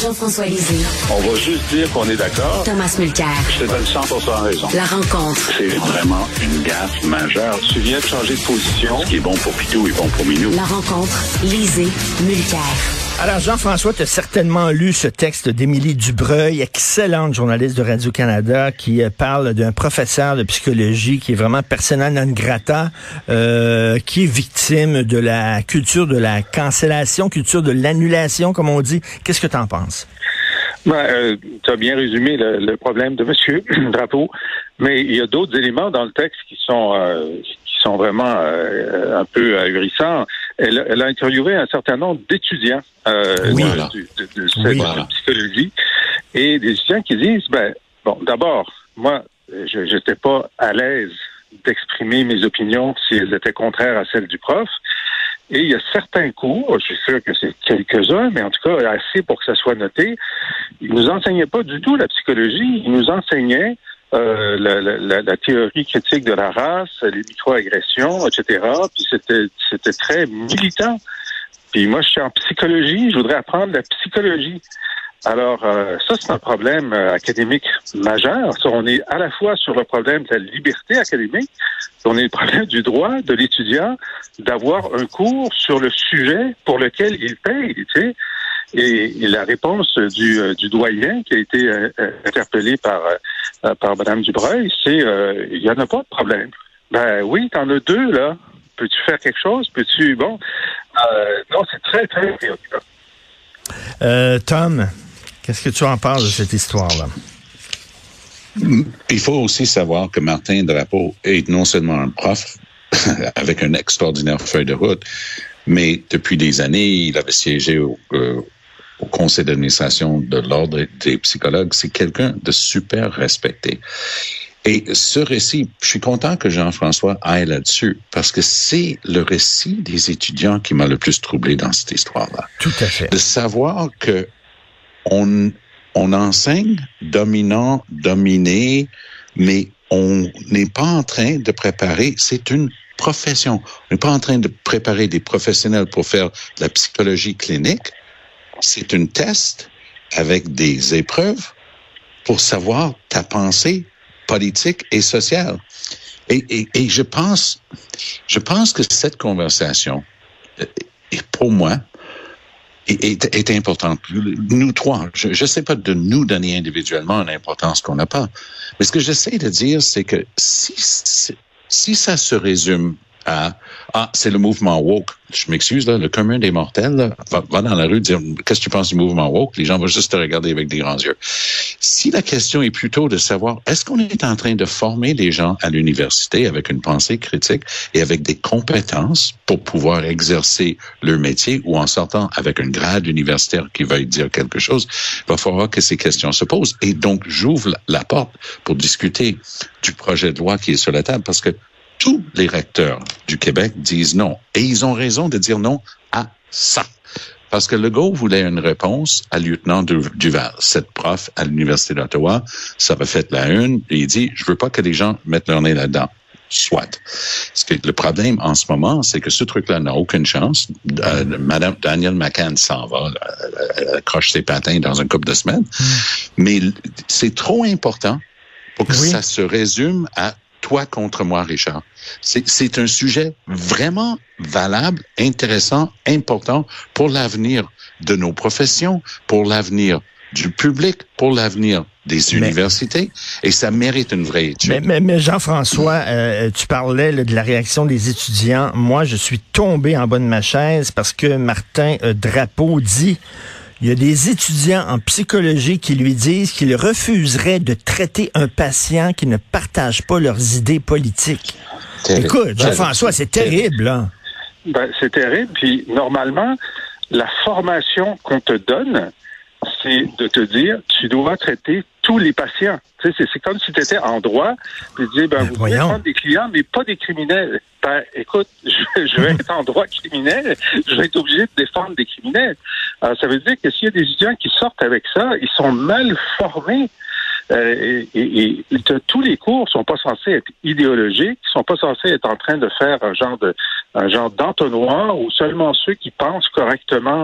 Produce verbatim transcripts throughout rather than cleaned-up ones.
Jean-François Lisée. On va juste dire qu'on est d'accord. Thomas Mulcair. Je te donne cent pour cent raison. La rencontre. C'est vraiment une gaffe majeure. Tu viens de changer de position. Ce qui est bon pour Pitou est bon pour Minou. La rencontre. Lisée. Mulcair. Alors, Jean-François, tu as certainement lu ce texte d'Émilie Dubreuil, excellente journaliste de Radio-Canada, qui euh, parle d'un professeur de psychologie qui est vraiment persona non grata, euh, qui est victime de la culture de la cancellation, culture de l'annulation, comme on dit. Qu'est-ce que tu en penses? Ben, euh, tu as bien résumé le, le problème de M. Drapeau, mais il y a d'autres éléments dans le texte qui sont... Euh, qui sont vraiment euh, un peu ahurissants. Elle, elle a interviewé un certain nombre d'étudiants euh, oui, de, voilà. de, de, de cette oui, voilà. psychologie et des étudiants qui disent, ben, bon, d'abord, moi, je n'étais pas à l'aise d'exprimer mes opinions si elles étaient contraires à celles du prof. Et il y a certains cours, je suis sûr que c'est quelques-uns, mais en tout cas assez pour que ça soit noté, ils nous enseignaient pas du tout la psychologie, ils nous enseignaient Euh, la, la, la théorie critique de la race, les microagressions, et cetera. Puis c'était c'était très militant. Puis moi, je suis en psychologie, je voudrais apprendre la psychologie. Alors, euh, ça, c'est un problème euh, académique majeur. Ça, on est à la fois sur le problème de la liberté académique, on est le problème du droit de l'étudiant d'avoir un cours sur le sujet pour lequel il paye, tu sais. Et, et la réponse du, euh, du doyen qui a été euh, interpellé par euh, par Mme Dubreuil, c'est euh, il y en a pas de problème. Ben oui, t'en as deux là. Peux-tu faire quelque chose? Peux-tu bon euh, non, c'est très très préoccupant. Euh, Tom, qu'est-ce que tu en penses de cette histoire-là? Il faut aussi savoir que Martin Drapeau est non seulement un prof avec une extraordinaire feuille de route, mais depuis des années, il avait siégé au, euh, au conseil d'administration de l'Ordre des psychologues. C'est quelqu'un de super respecté. Et ce récit, je suis content que Jean-François aille là-dessus, parce que c'est le récit des étudiants qui m'a le plus troublé dans cette histoire-là. Tout à fait. De savoir que on, on enseigne dominant, dominé, mais on n'est pas en train de préparer, c'est une profession. On n'est pas en train de préparer des professionnels pour faire de la psychologie clinique. C'est un test avec des épreuves pour savoir ta pensée politique et sociale. Et, et, et je pense, je pense que cette conversation, pour moi, est, est, est importante. Nous trois, je ne sais pas de nous donner individuellement l'importance qu'on n'a pas, mais ce que j'essaie de dire, c'est que si Si ça se résume à « Ah, c'est le mouvement woke », je m'excuse, là, le commun des mortels, là, va, va dans la rue dire « Qu'est-ce que tu penses du mouvement woke ?» Les gens vont juste te regarder avec des grands yeux. Si la question est plutôt de savoir, est-ce qu'on est en train de former les gens à l'université avec une pensée critique et avec des compétences pour pouvoir exercer leur métier ou en sortant avec un grade universitaire qui veuille dire quelque chose, il va falloir que ces questions se posent. Et donc, j'ouvre la porte pour discuter du projet de loi qui est sur la table parce que tous les recteurs du Québec disent non. Et ils ont raison de dire non à ça. Parce que Legault voulait une réponse à lieutenant Duval, cette prof à l'Université d'Ottawa. Ça va faire la une. Et il dit, je veux pas que les gens mettent leur nez là-dedans. Soit. Parce que le problème en ce moment, c'est que ce truc-là n'a aucune chance. Euh, Madame Danielle McCann s'en va, elle accroche ses patins dans un couple de semaines. Mm. Mais c'est trop important pour que oui. ça se résume à toi contre moi, Richard. C'est, c'est un sujet vraiment valable, intéressant, important pour l'avenir de nos professions, pour l'avenir du public, pour l'avenir des mais, universités, et ça mérite une vraie étude. Mais, mais, mais Jean-François, euh, tu parlais là, de la réaction des étudiants. Moi, je suis tombé en bas de ma chaise parce que Martin euh, Drapeau dit... Il y a des étudiants en psychologie qui lui disent qu'ils refuseraient de traiter un patient qui ne partage pas leurs idées politiques. Terrible. Écoute, Jean-François, c'est terrible, là. Ben, c'est terrible. Puis, normalement, la formation qu'on te donne, c'est de te dire, tu dois traiter tous les patients. Tu sais, c'est, c'est comme si tu étais en droit, puis tu dis, ben, ben vous pouvez prendre des clients, mais pas des criminels. Ben, écoute, je, je vais être en droit criminel, je vais être obligé de défendre des criminels. Alors, ça veut dire que s'il y a des étudiants qui sortent avec ça, ils sont mal formés. Euh, et, et, et tous les cours sont pas censés être idéologiques, sont pas censés être en train de faire un genre de un genre d'entonnoir où seulement ceux qui pensent correctement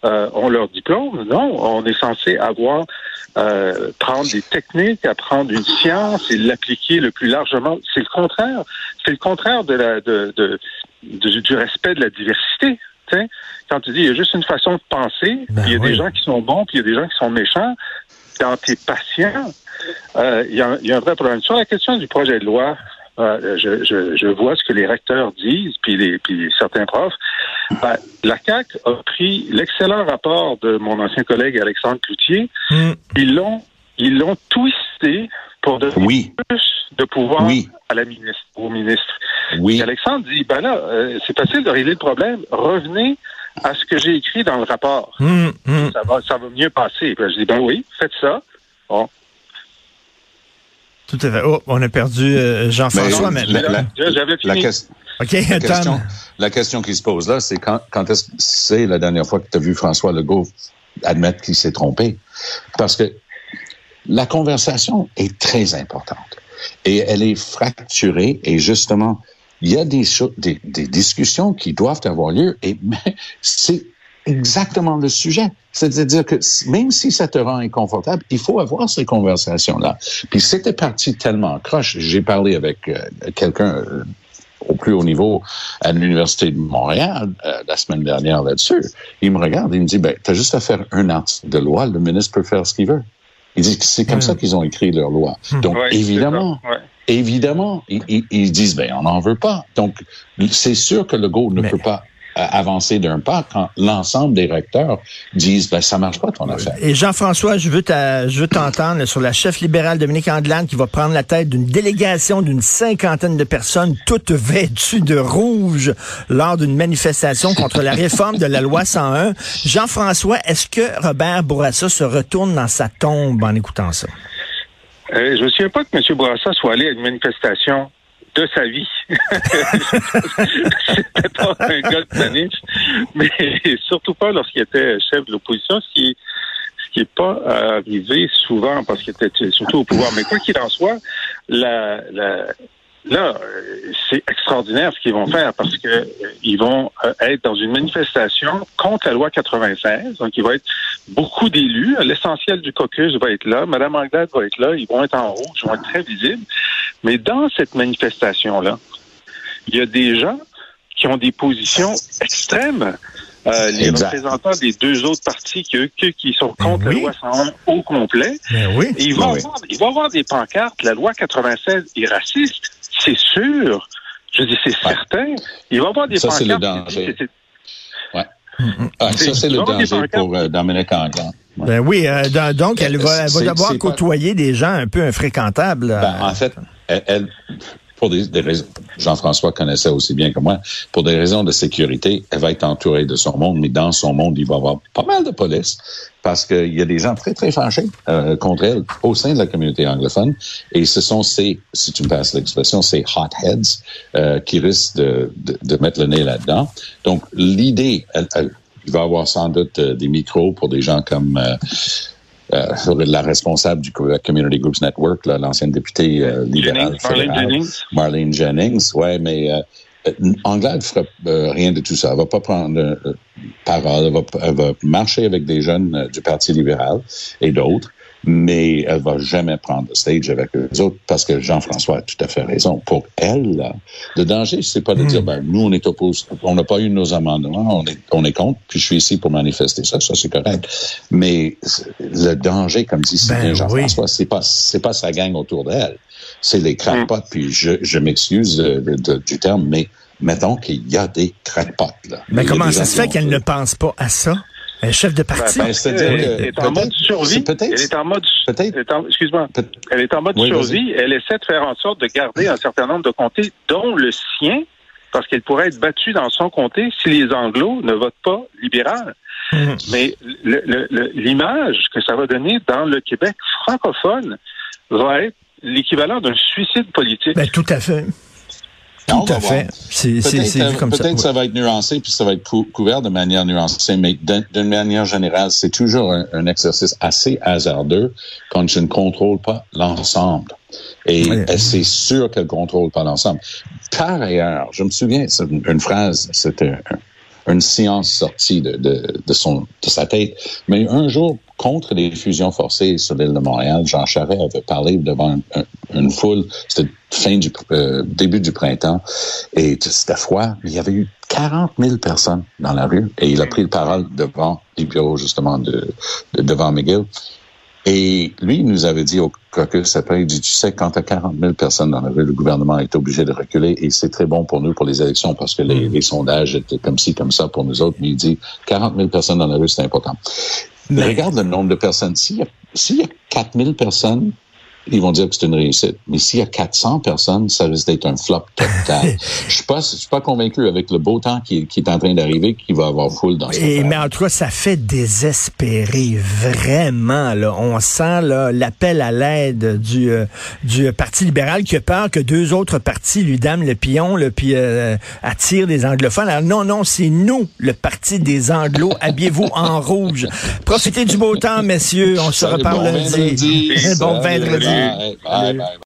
euh, ont leur diplôme. Non, on est censé avoir euh, prendre des techniques, apprendre une science et l'appliquer le plus largement. C'est le contraire. C'est le contraire de la de, de, de du respect de la diversité. T'sais? Quand tu dis il y a juste une façon de penser, ben puis il y a oui. des gens qui sont bons, puis il y a des gens qui sont méchants. Quand tu es patient, euh, il y a, il y a un vrai problème. Sur la question du projet de loi, euh, je, je, je vois ce que les recteurs disent, puis, les, puis certains profs. Ben, la C A Q a pris l'excellent rapport de mon ancien collègue Alexandre Cloutier. Mm. Ils l'ont, ils l'ont twisté pour donner oui. plus de pouvoir oui. à la ministre, au ministre. Oui. Et Alexandre dit, ben là, euh, c'est facile de régler le problème. Revenez à ce que j'ai écrit dans le rapport. Mmh, mmh. Ça va, ça va mieux passer. Puis je dis, ben oui, faites ça. Bon. Tout à fait. Oh, on a perdu euh, Jean-François, mais... La, la, la, J'avais fini. La, que... okay, la, question, la question qui se pose là, c'est quand, quand est-ce que c'est la dernière fois que tu as vu François Legault admettre qu'il s'est trompé? Parce que la conversation est très importante. Et elle est fracturée et justement... Il y a des, des, des discussions qui doivent avoir lieu et c'est exactement le sujet. C'est-à-dire que même si ça te rend inconfortable, il faut avoir ces conversations-là. Puis c'était parti tellement croche. J'ai parlé avec euh, quelqu'un euh, au plus haut niveau à l'Université de Montréal euh, la semaine dernière là-dessus. Il me regarde et il me dit, ben, t'as juste à faire un article de loi, le ministre peut faire ce qu'il veut. Il dit que c'est comme mmh. ça qu'ils ont écrit leur loi. Donc, ouais, évidemment... Évidemment, ils, ils, ils disent, ben, on n'en veut pas. Donc, c'est sûr que le Legault ne Mais... peut pas euh, avancer d'un pas quand l'ensemble des recteurs disent, ben, ça marche pas ton affaire. Et Jean-François, je veux, ta, je veux t'entendre là, sur la chef libérale Dominique Anglade qui va prendre la tête d'une délégation d'une cinquantaine de personnes, toutes vêtues de rouge, lors d'une manifestation contre la réforme de la loi cent un. Jean-François, est-ce que Robert Bourassa se retourne dans sa tombe en écoutant ça? Euh, je me souviens pas que M. Bourassa soit allé à une manifestation de sa vie. C'était pas un gars de planif, mais surtout pas lorsqu'il était chef de l'opposition, ce qui est, ce qui est pas arrivé souvent parce qu'il était surtout au pouvoir. Mais quoi qu'il en soit, la, la, là, c'est extraordinaire ce qu'ils vont faire parce que euh, ils vont euh, être dans une manifestation contre la loi quatre-vingt-seize. Donc, il va être beaucoup d'élus. L'essentiel du caucus va être là. Madame Anglade va être là. Ils vont être en rouge. Ils vont être très visibles. Mais dans cette manifestation-là, il y a des gens qui ont des positions extrêmes. Euh, les exact. représentants des deux autres partis qui, eux, qui sont contre oui. la loi cent un au complet. Oui. Et ils vont, oui. avoir, ils vont avoir des pancartes. La loi quatre-vingt-seize est raciste. C'est sûr. Je dis, c'est ouais. certain. Il va y avoir des ça, pancartes. C'est le danger. C'est, c'est... Ouais. Mm-hmm. Ah, ça, c'est le danger pour euh, Dominique Anglade. Ouais. Ben oui, euh, donc elle va, elle va d'abord c'est côtoyer pas... des gens un peu infréquentables. Ben, en fait, elle, elle pour des, des raisons, Jean-François connaissait aussi bien que moi, pour des raisons de sécurité, elle va être entourée de son monde, mais dans son monde, il va y avoir pas mal de police, parce qu'il y a des gens très, très fâchés euh, contre elle au sein de la communauté anglophone, et ce sont ces, si tu me passes l'expression, ces hotheads euh, qui risquent de, de, de mettre le nez là-dedans. Donc, l'idée, elle, elle, il va y avoir sans doute euh, des micros pour des gens comme... Euh, Euh, la responsable du Community Groups Network, là, l'ancienne députée euh, libérale fédérale, Marlene Jennings. Marlene Jennings, ouais, mais euh, Anglade fera euh, rien de tout ça. Elle va pas prendre euh, parole, elle va, elle va marcher avec des jeunes euh, du Parti libéral et d'autres, mais elle va jamais prendre le stage avec eux autres parce que Jean-François a tout à fait raison. Pour elle, là, le danger, c'est pas de mmh. dire, ben, nous, on est opposés, on n'a pas eu nos amendements, on est, on est contre, puis je suis ici pour manifester ça, ça, c'est correct. Mais le danger, comme dit si bien ben, Jean-François, oui. c'est pas, c'est pas sa gang autour d'elle. C'est les crackpots, mmh. puis je, je m'excuse de, de, de, du terme, mais mettons qu'il y a des crackpots, là. Mais ben, comment ça se fait qu'elle ne pense pas à ça? Un chef de parti. Ben, ben, c'est-à-dire elle, elle est en mode survie. Peut-être. Elle est en mode. Peut-être. Elle est en, excuse-moi. Peut- elle est en mode oui, survie. Vas-y. Elle essaie de faire en sorte de garder un certain nombre de comtés, dont le sien, parce qu'elle pourrait être battue dans son comté si les Anglos ne votent pas libéral. Mmh. Mais le, le, le, l'image que ça va donner dans le Québec francophone va être l'équivalent d'un suicide politique. Ben, tout à fait. Tout à fait. C'est, c'est, c'est vu comme peut-être ça. Peut-être que ça va être nuancé, puis ça va être cou- couvert de manière nuancée, mais d'un, d'une manière générale, c'est toujours un, un exercice assez hasardeux quand je ne contrôle pas l'ensemble. Et oui. c'est sûr qu'elle ne contrôle pas l'ensemble. Par ailleurs, je me souviens, c'est une, une phrase, c'était un, une science sortie de, de, de, son, de sa tête. Mais un jour, contre les fusions forcées sur l'île de Montréal, Jean Charest avait parlé devant un, un, une foule, c'était fin du euh, début du printemps, et c'était froid, mais il y avait eu quarante mille personnes dans la rue, et il a pris le parole devant les bureaux, justement, de, de devant McGill. Et lui, il nous avait dit au caucus, après, il dit, tu sais, quand tu as quarante mille personnes dans la rue, le gouvernement est obligé de reculer, et c'est très bon pour nous, pour les élections, parce que les, les sondages étaient comme ci, comme ça pour nous autres, mais il dit, quarante mille personnes dans la rue, c'est important. Mais regarde le nombre de personnes. S'il y a, s'il y a quatre mille personnes, ils vont dire que c'est une réussite. Mais s'il y a quatre cents personnes, ça risque d'être un flop total. Je suis pas, je suis pas convaincu avec le beau temps qui, qui est en train d'arriver qu'il va y avoir foule dans ce Et mais en tout cas, ça fait désespérer vraiment. Là, on sent là, l'appel à l'aide du euh, du Parti libéral qui a peur que deux autres partis lui dament le pion, là, puis euh, attirent des anglophones. Alors, non, non, c'est nous, le Parti des Anglos. Habillez-vous en rouge. Profitez du beau temps, messieurs. On se reparle bon lundi. vendredi. Bon vendredi. Bye, bye, bye.